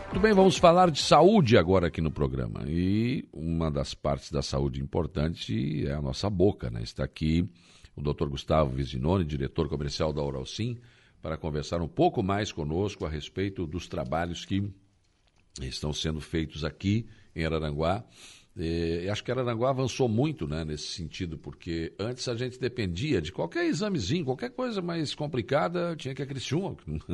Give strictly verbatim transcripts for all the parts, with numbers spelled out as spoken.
Muito bem, vamos falar de saúde agora aqui no programa. E uma das partes da saúde importante é a nossa boca, né? Está aqui o doutor Gustavo Vizinoni, diretor comercial da Oralsim, para conversar um pouco mais conosco a respeito dos trabalhos que estão sendo feitos aqui em Araranguá. E acho que Araranguá avançou muito, né, nesse sentido, porque antes a gente dependia de qualquer examezinho, qualquer coisa mais complicada, tinha que ir a Criciúma.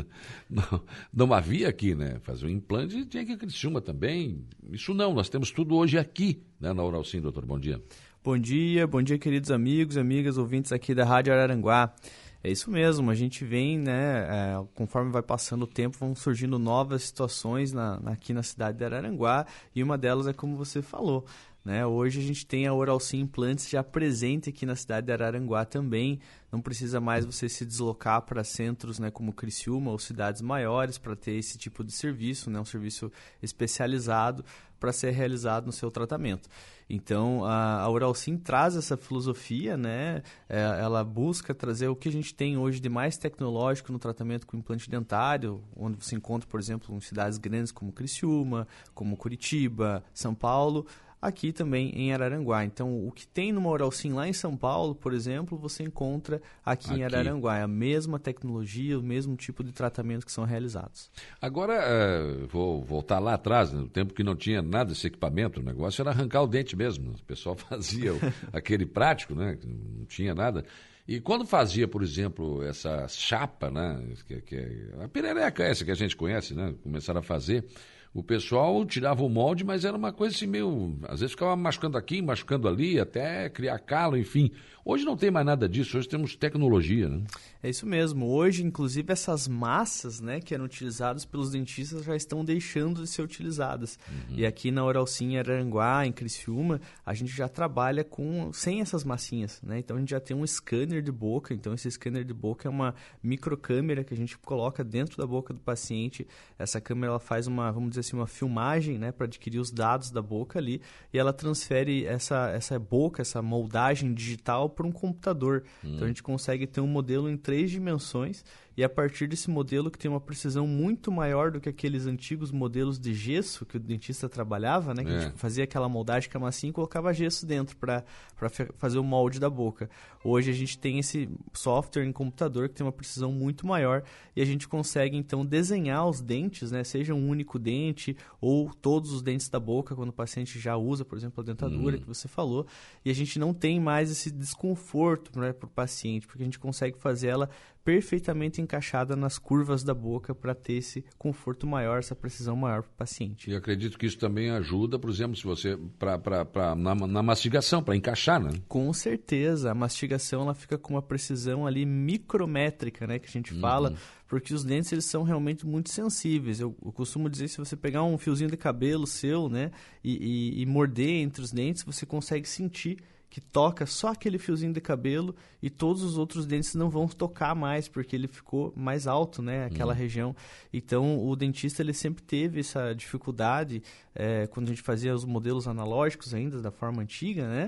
Não, não havia aqui, né? Fazer um implante tinha que ir a Criciúma também. Isso não, nós temos tudo hoje aqui, né, na Oralsim, doutor. Bom dia. Bom dia, bom dia, queridos amigos, amigas, ouvintes aqui da Rádio Araranguá. É isso mesmo, a gente vem, né, é, conforme vai passando o tempo, vão surgindo novas situações na, na, aqui na cidade de Araranguá, e uma delas é como você falou, né? Hoje a gente tem a Oralsim Implantes já presente aqui na cidade de Araranguá também, não precisa mais você se deslocar para centros, né, como Criciúma ou cidades maiores para ter esse tipo de serviço, né, um serviço especializado para ser realizado no seu tratamento. Então, a, a Oralsim traz essa filosofia, né? É, ela busca trazer o que a gente tem hoje de mais tecnológico no tratamento com implante dentário, onde você encontra, por exemplo, em cidades grandes como Criciúma, como Curitiba, São Paulo, aqui também em Araranguá. Então, o que tem numa Oralsim lá em São Paulo, por exemplo, você encontra aqui, aqui. em Araranguá. É a mesma tecnologia, o mesmo tipo de tratamento que são realizados. Agora, uh, vou voltar lá atrás, no tempo que não tinha nada desse equipamento, o negócio era arrancar o dente mesmo. O pessoal fazia o, aquele prático, né? Não tinha nada. E quando fazia, por exemplo, essa chapa, né? Que, que, a perereca essa que a gente conhece, né? Começaram a fazer. O pessoal tirava o molde, mas era uma coisa assim meio... Às vezes ficava machucando aqui, machucando ali, até criar calo, enfim. Hoje não tem mais nada disso, hoje temos tecnologia, né? É isso mesmo. Hoje, inclusive, essas massas, né, que eram utilizadas pelos dentistas já estão deixando de ser utilizadas. Uhum. E aqui na Oralsim, em Araranguá, em Criciúma, a gente já trabalha com, sem essas massinhas, né? Então, a gente já tem um scanner de boca. Então, esse scanner de boca é uma microcâmera que a gente coloca dentro da boca do paciente. Essa câmera ela faz uma, vamos dizer assim, uma filmagem, né, para adquirir os dados da boca ali, e ela transfere essa, essa boca, essa moldagem digital para um computador. Hum. Então a gente consegue ter um modelo em três dimensões, e a partir desse modelo que tem uma precisão muito maior do que aqueles antigos modelos de gesso que o dentista trabalhava, né, que é. a gente fazia aquela moldagem com a massinha e colocava gesso dentro para fazer o molde da boca. Hoje a gente tem esse software em computador que tem uma precisão muito maior, e a gente consegue então desenhar os dentes, né, seja um único dente ou todos os dentes da boca quando o paciente já usa, por exemplo, a dentadura hum. que você falou, e a gente não tem mais esse desconforto, né, para o paciente, porque a gente consegue fazer ela perfeitamente encaixada nas curvas da boca para ter esse conforto maior, essa precisão maior para o paciente. E acredito que isso também ajuda, por exemplo, se você pra, pra, pra, na, na mastigação, para encaixar, né? Com certeza. A mastigação ela fica com uma precisão ali micrométrica, né, que a gente uhum. fala, porque os dentes eles são realmente muito sensíveis. Eu, eu costumo dizer, se você pegar um fiozinho de cabelo seu, né, e, e, e morder entre os dentes, você consegue sentir que toca só aquele fiozinho de cabelo e todos os outros dentes não vão tocar mais, porque ele ficou mais alto, né, aquela hum. região. Então, o dentista ele sempre teve essa dificuldade, é, quando a gente fazia os modelos analógicos ainda, da forma antiga, né,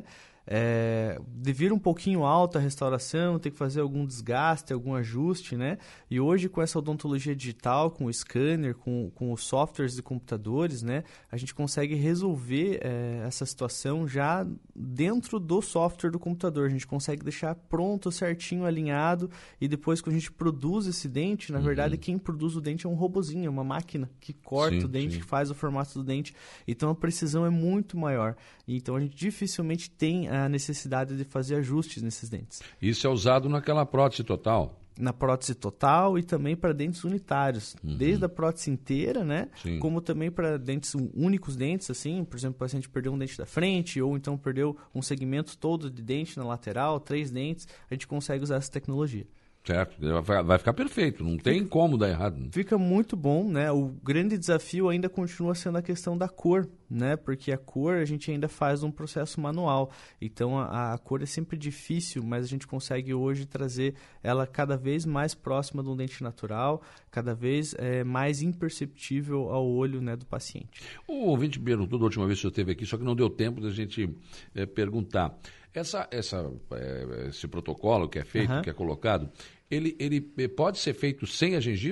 É, de vir um pouquinho alta a restauração, ter que fazer algum desgaste, algum ajuste, né? E hoje com essa odontologia digital, com o scanner, com, com os softwares de computadores, né? A gente consegue resolver é, essa situação já dentro do software do computador. A gente consegue deixar pronto, certinho, alinhado, e depois que a gente produz esse dente, na uhum. verdade quem produz o dente é um robozinho, é uma máquina que corta sim, o dente, sim. que faz o formato do dente. Então a precisão é muito maior. Então a gente dificilmente tem a necessidade de fazer ajustes nesses dentes. Isso é usado naquela prótese total? Na prótese total e também para dentes unitários, uhum. desde a prótese inteira, né? Sim. Como também para dentes únicos dentes, assim, por exemplo, o paciente perdeu um dente da frente ou então perdeu um segmento todo de dente na lateral, três dentes, a gente consegue usar essa tecnologia. Certo, vai ficar perfeito, não tem fica, como dar errado. Fica muito bom, né? O grande desafio ainda continua sendo a questão da cor, né? Porque a cor a gente ainda faz um processo manual, então a, a cor é sempre difícil, mas a gente consegue hoje trazer ela cada vez mais próxima de um dente natural, cada vez é, mais imperceptível ao olho, né, do paciente. O ouvinte perguntou da última vez que você esteve aqui, só que não deu tempo da gente é, perguntar. Essa, essa, é, esse protocolo que é feito, uhum. que é colocado, ele, ele pode ser feito sem a gengiva?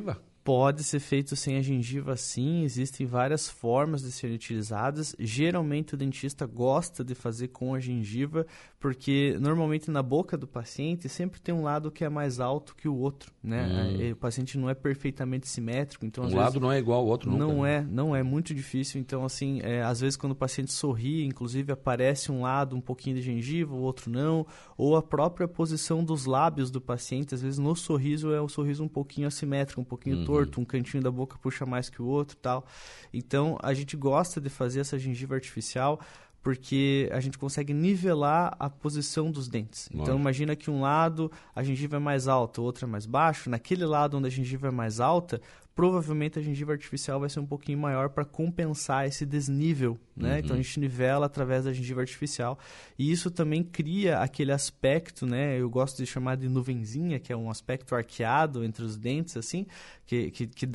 Pode ser feito sem a gengiva, sim. Existem várias formas de serem utilizadas. Geralmente o dentista gosta de fazer com a gengiva, porque normalmente na boca do paciente sempre tem um lado que é mais alto que o outro, né? Hum. O paciente não é perfeitamente simétrico, então um às lado vezes, não é igual ao outro nunca. Não né? é, não é muito difícil. Então assim, é, às vezes quando o paciente sorri, inclusive aparece um lado um pouquinho de gengiva, o outro não, ou a própria posição dos lábios do paciente, às vezes no sorriso é o sorriso um pouquinho assimétrico, um pouquinho uhum. torto, um cantinho da boca puxa mais que o outro, tal. Então a gente gosta de fazer essa gengiva artificial porque a gente consegue nivelar a posição dos dentes. Nossa. Então, imagina que um lado a gengiva é mais alta, o outro é mais baixo. Naquele lado onde a gengiva é mais alta, provavelmente a gengiva artificial vai ser um pouquinho maior para compensar esse desnível, né? Uhum. Então, a gente nivela através da gengiva artificial. E isso também cria aquele aspecto, né? Eu gosto de chamar de nuvenzinha, que é um aspecto arqueado entre os dentes, assim, que, que, que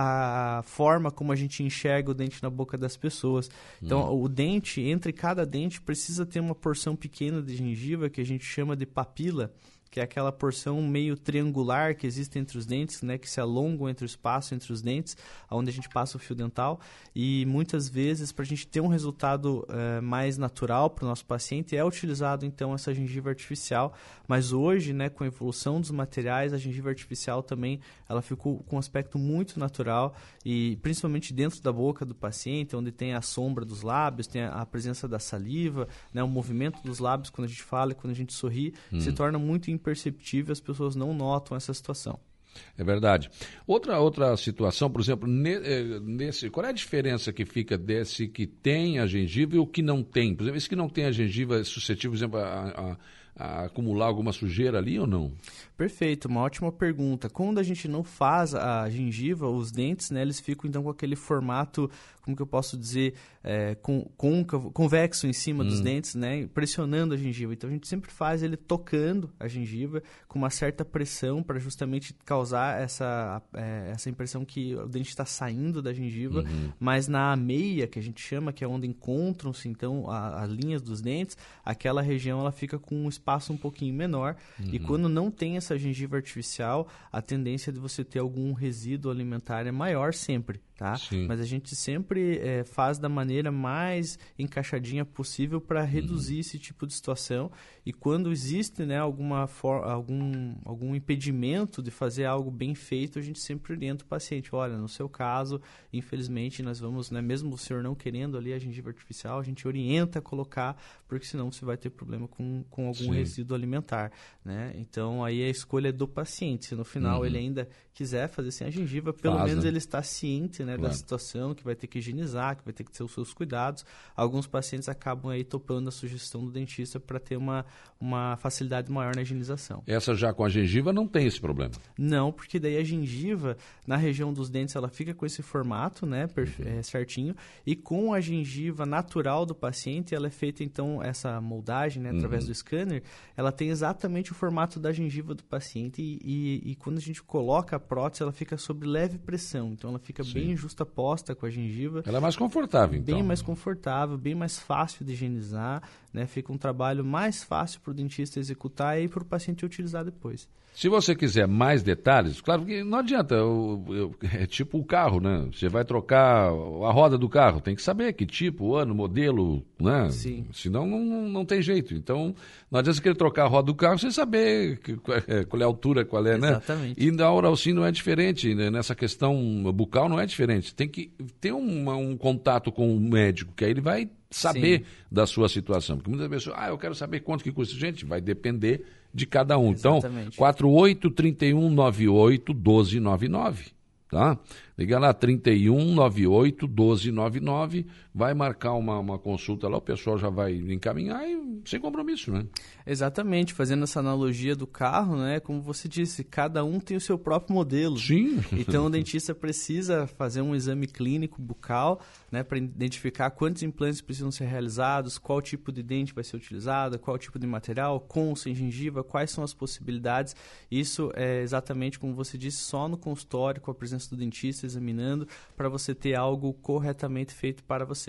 dá a forma como a gente enxerga o dente na boca das pessoas. Então, uhum. o dente, entre cada dente, precisa ter uma porção pequena de gengiva, que a gente chama de papila, que é aquela porção meio triangular que existe entre os dentes, né, que se alongam entre o espaço entre os dentes, onde a gente passa o fio dental. E muitas vezes, para a gente ter um resultado uh, mais natural para o nosso paciente, é utilizado então essa gengiva artificial. Mas hoje, né, com a evolução dos materiais, a gengiva artificial também ela ficou com um aspecto muito natural, e principalmente dentro da boca do paciente, onde tem a sombra dos lábios, tem a, a presença da saliva, né, o movimento dos lábios quando a gente fala e quando a gente sorri, hum. se torna muito imperceptível, as pessoas não notam essa situação. É verdade. Outra, outra situação, por exemplo, nesse, qual é a diferença que fica desse que tem a gengiva e o que não tem? Por exemplo, esse que não tem a gengiva é suscetível, por exemplo, a, a, a acumular alguma sujeira ali ou não? Perfeito, uma ótima pergunta. Quando a gente não faz a gengiva, os dentes, né, eles ficam então com aquele formato, como que eu posso dizer, é, com, côncavo, convexo em cima hum. dos dentes, né, pressionando a gengiva. Então a gente sempre faz ele tocando a gengiva com uma certa pressão para justamente causar essa, é, essa impressão que o dente está saindo da gengiva, uhum. mas na meia, que a gente chama, que é onde encontram-se então as linhas dos dentes, aquela região ela fica com um espaço um pouquinho menor, uhum. e quando não tem essa gengiva artificial, a tendência de você ter algum resíduo alimentar é maior sempre, tá? Sim. Mas a gente sempre é, faz da maneira mais encaixadinha possível para reduzir uhum. esse tipo de situação, e quando existe, né, alguma for, algum, algum impedimento de fazer algo bem feito, a gente sempre orienta o paciente, olha, no seu caso, infelizmente, nós vamos, né, mesmo o senhor não querendo ali a gengiva artificial, a gente orienta a colocar, porque senão você vai ter problema com, com algum Sim. resíduo alimentar, né? Então, aí a escolha é do paciente. Se no final uhum. ele ainda quiser fazer sem a gengiva, pelo Faz, menos né? ele está ciente, né, claro. da situação, que vai ter que higienizar, que vai ter que ter os seus cuidados. Alguns pacientes acabam aí topando a sugestão do dentista para ter uma, uma facilidade maior na higienização. Essa já com a gengiva não tem esse problema? Não, porque daí a gengiva, na região dos dentes, ela fica com esse formato, né, perfe- uhum. é, certinho, e com a gengiva natural do paciente, ela é feita, então, essa moldagem, né, através uhum. do scanner, ela tem exatamente o formato da gengiva do paciente, e, e, e quando a gente coloca a prótese, ela fica sob leve pressão, então ela fica Sim. bem justaposta com a gengiva. Ela é mais confortável, então. Bem mais confortável, bem mais fácil de higienizar, né, fica um trabalho mais fácil para o dentista executar e para o paciente utilizar depois. Se você quiser mais detalhes, claro que não adianta, eu, eu, é tipo o carro, né? Você vai trocar a roda do carro, tem que saber que tipo, ano, modelo, né? Sim. Senão não, não, não tem jeito. Então, não adianta você querer trocar a roda do carro sem saber que, qual é a altura, qual é, né? Exatamente. E na Oral Sim não é diferente, né? Nessa questão bucal não é diferente. Tem que ter uma, um contato com o médico, que aí ele vai saber Sim. da sua situação. Porque muitas pessoas, ah, eu quero saber quanto que custa. Gente, vai depender de cada um. Exatamente. Então, quatro oito, trinta e um, noventa e oito, doze noventa e nove, tá? Liga lá, trinta e um, noventa e oito, doze noventa e nove, vai marcar uma, uma consulta lá, o pessoal já vai encaminhar e sem compromisso, né? Exatamente, fazendo essa analogia do carro, né? Como você disse, cada um tem o seu próprio modelo. Sim. Então o dentista precisa fazer um exame clínico bucal, né, para identificar quantos implantes precisam ser realizados, qual tipo de dente vai ser utilizado, qual tipo de material, com ou sem gengiva, quais são as possibilidades. Isso é exatamente como você disse, só no consultório, com a presença do dentista examinando, para você ter algo corretamente feito para você.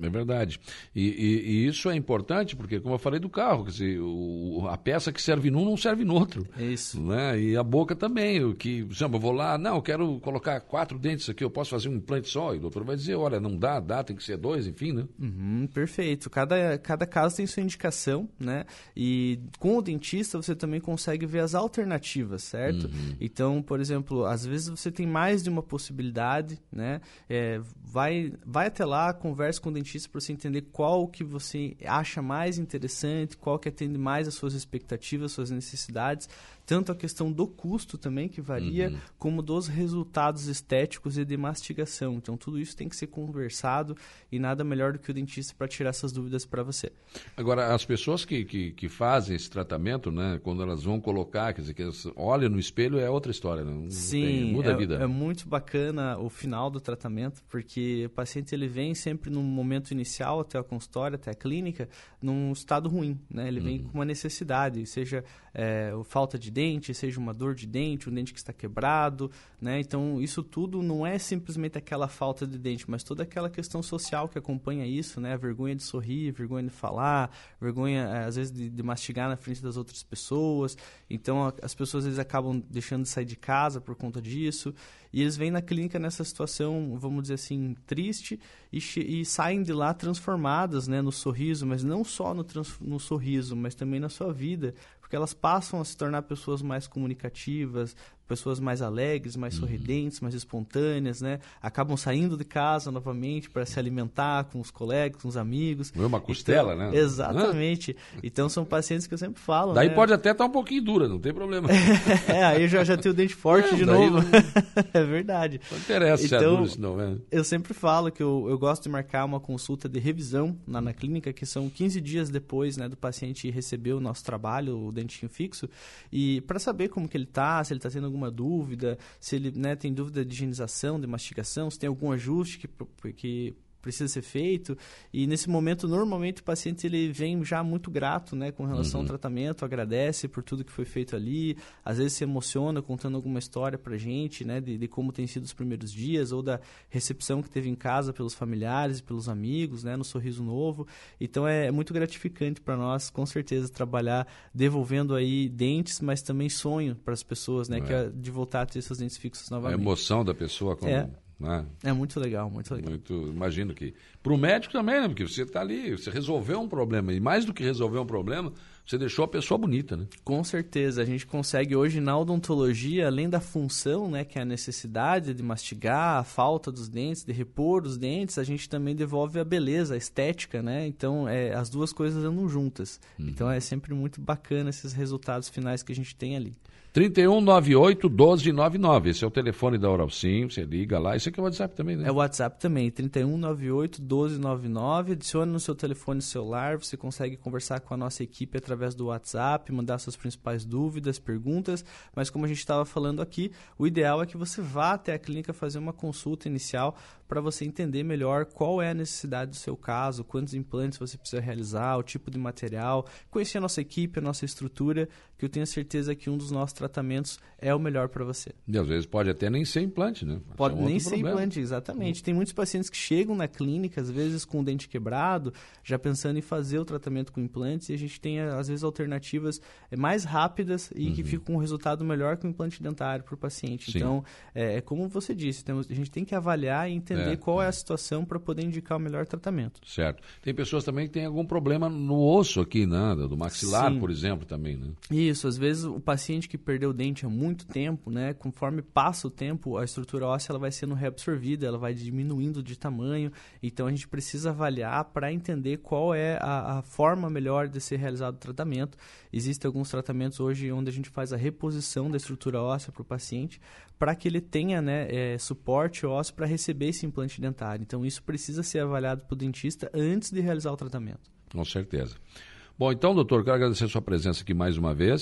É verdade. E, e, e isso é importante porque, como eu falei do carro, quer dizer, o, a peça que serve num não serve no outro. Isso. Né? E a boca também. O que, por exemplo, eu vou lá, não, eu quero colocar quatro dentes aqui, eu posso fazer um implante só? E o doutor vai dizer, olha, não dá, dá, tem que ser dois, enfim, né? Uhum, perfeito. Cada, cada caso tem sua indicação, né? E com o dentista você também consegue ver as alternativas, certo? Uhum. Então, por exemplo, às vezes você tem mais de uma possibilidade, né? É, vai, vai até lá, converse com o dentista para você entender qual que você acha mais interessante, qual que atende mais às suas expectativas, às suas necessidades. Tanto a questão do custo também, que varia, uhum. como dos resultados estéticos e de mastigação. Então, tudo isso tem que ser conversado e nada melhor do que o dentista para tirar essas dúvidas para você. Agora, as pessoas que, que, que fazem esse tratamento, né, quando elas vão colocar, quer dizer, que elas olham no espelho, é outra história, né? Não Sim, tem, muda é, a vida. É muito bacana o final do tratamento, porque o paciente ele vem sempre no momento inicial, até a consultório, até a clínica, num estado ruim, né? Ele vem uhum. com uma necessidade, seja é, falta de dente, seja uma dor de dente, um dente que está quebrado, né? Então, isso tudo não é simplesmente aquela falta de dente, mas toda aquela questão social que acompanha isso, né? A vergonha de sorrir, vergonha de falar, vergonha, às vezes, de, de mastigar na frente das outras pessoas. Então, a, as pessoas, às vezes, acabam deixando de sair de casa por conta disso. E eles vêm na clínica nessa situação, vamos dizer assim, triste e, e saem de lá transformadas, né? No sorriso, mas não só no, trans, no sorriso, mas também na sua vida, porque elas passam a se tornar pessoas mais comunicativas, pessoas mais alegres, mais uhum. sorridentes, mais espontâneas, né? Acabam saindo de casa novamente para se alimentar com os colegas, com os amigos. É uma costela, então, né? Exatamente. Então, são pacientes que eu sempre falo, Daí né? pode até estar um pouquinho dura, não tem problema. É, aí já, já tem o dente forte é, de novo. Não... É verdade. Não interessa então, se é duro, se não é. Eu sempre falo que eu, eu gosto de marcar uma consulta de revisão na, na clínica, que são quinze dias depois, né, do paciente receber o nosso trabalho, o dentinho fixo, e para saber como que ele está, se ele está tendo alguma dúvida, se ele, né, tem dúvida de higienização, de mastigação, se tem algum ajuste que, que precisa ser feito. E nesse momento, normalmente, o paciente ele vem já muito grato, né, com relação uhum. ao tratamento, agradece por tudo que foi feito ali, às vezes se emociona contando alguma história pra gente, né, de, de como tem sido os primeiros dias, ou da recepção que teve em casa pelos familiares, pelos amigos, né, no Sorriso Novo. Então é, é muito gratificante para nós, com certeza, trabalhar devolvendo aí dentes, mas também sonho para as pessoas, né, é. que é de voltar a ter seus dentes fixos novamente. A emoção da pessoa quando... É. Né? É muito legal, muito legal. Muito, imagino que... Para o médico também, né? Porque você está ali, você resolveu um problema. E mais do que resolver um problema, você deixou a pessoa bonita, né? Com certeza. A gente consegue hoje na odontologia, além da função, né? Que é a necessidade de mastigar, a falta dos dentes, de repor os dentes, a gente também devolve a beleza, a estética, né? Então, é, as duas coisas andam juntas. Uhum. Então, é sempre muito bacana esses resultados finais que a gente tem ali. trinta e um, noventa e oito, doze noventa e nove. Esse é o telefone da Oral Sim, você liga lá. Esse aqui é o WhatsApp também, né? É o WhatsApp também, trinta e um, noventa e oito, doze noventa e nove. Adicione no seu telefone celular, você consegue conversar com a nossa equipe através do WhatsApp, mandar suas principais dúvidas, perguntas. Mas como a gente estava falando aqui, o ideal é que você vá até a clínica fazer uma consulta inicial para você entender melhor qual é a necessidade do seu caso, quantos implantes você precisa realizar, o tipo de material, conhecer a nossa equipe, a nossa estrutura, que eu tenho certeza que um dos nossos tratamentos é o melhor para você. E às vezes pode até nem ser implante, né? Pode, pode nem ser problema. implante, exatamente. Uhum. Tem muitos pacientes que chegam na clínica, às vezes com o dente quebrado, já pensando em fazer o tratamento com implantes, e a gente tem, às vezes, alternativas mais rápidas e uhum. que ficam com um resultado melhor que o implante dentário para o paciente. Sim. Então, é, é como você disse, temos, a gente tem que avaliar e entender é, qual é. é a situação para poder indicar o melhor tratamento. Certo. Tem pessoas também que têm algum problema no osso aqui, né? Do maxilar, Sim. por exemplo, também, né? Isso, às vezes o paciente que perdeu o dente há muito tempo, né? Conforme passa o tempo, a estrutura óssea ela vai sendo reabsorvida, ela vai diminuindo de tamanho, então a gente precisa avaliar para entender qual é a, a forma melhor de ser realizado o tratamento. Existem alguns tratamentos hoje onde a gente faz a reposição da estrutura óssea para o paciente, para que ele tenha, né, é, suporte ósseo para receber esse implante dentário. Então isso precisa ser avaliado pelo dentista antes de realizar o tratamento. Com certeza. Bom, então, doutor, quero agradecer a sua presença aqui mais uma vez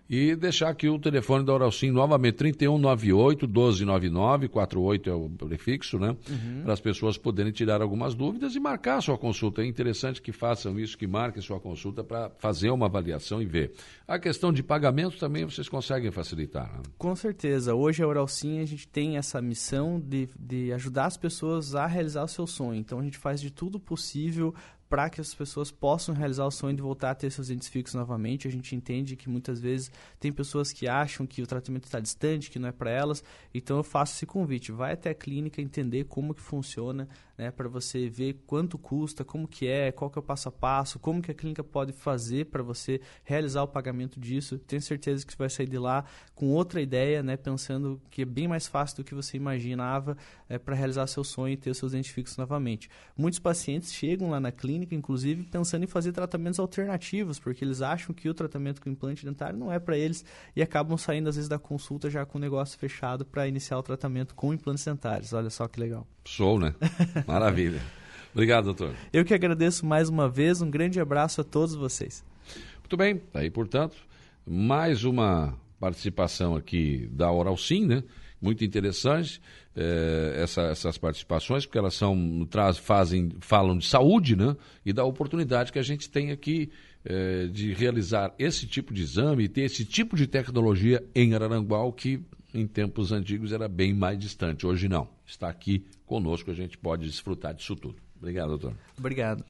E deixar aqui o telefone da Oral Sim novamente, trinta e um, noventa e oito, doze noventa e nove, quarenta e oito é o prefixo, né? Uhum. Para as pessoas poderem tirar algumas dúvidas e marcar a sua consulta. É interessante que façam isso, que marquem sua consulta para fazer uma avaliação e ver. A questão de pagamento também vocês conseguem facilitar, né? Com certeza. Hoje a Oral Sim, a gente tem essa missão de, de ajudar as pessoas a realizar o seu sonho. Então a gente faz de tudo possível para que as pessoas possam realizar o sonho de voltar a ter seus dentes fixos novamente. A gente entende que muitas vezes tem pessoas que acham que o tratamento está distante, que não é para elas. Então eu faço esse convite. Vai até a clínica entender como que funciona, né, para você ver quanto custa, como que é, qual que é o passo a passo, como que a clínica pode fazer para você realizar o pagamento disso. Tenho certeza que você vai sair de lá com outra ideia, né, pensando que é bem mais fácil do que você imaginava é, para realizar seu sonho e ter os seus dentes fixos novamente. Muitos pacientes chegam lá na clínica, inclusive, pensando em fazer tratamentos alternativos, porque eles acham que o tratamento com implante dentário não é para eles e acabam saindo, às vezes, da consulta já com o negócio fechado para iniciar o tratamento com implantes dentários. Olha só que legal. Show, né? Maravilha. Obrigado, doutor. Eu que agradeço mais uma vez. Um grande abraço a todos vocês. Muito bem. Aí, portanto, mais uma participação aqui da Oral Sim, né? Muito interessante eh, essa, essas participações, porque elas são, traz, fazem, falam de saúde, né? E da oportunidade que a gente tem aqui eh, de realizar esse tipo de exame e ter esse tipo de tecnologia em Araranguá, que em tempos antigos era bem mais distante. Hoje não. Está aqui conosco, a gente pode desfrutar disso tudo. Obrigado, doutor. Obrigado.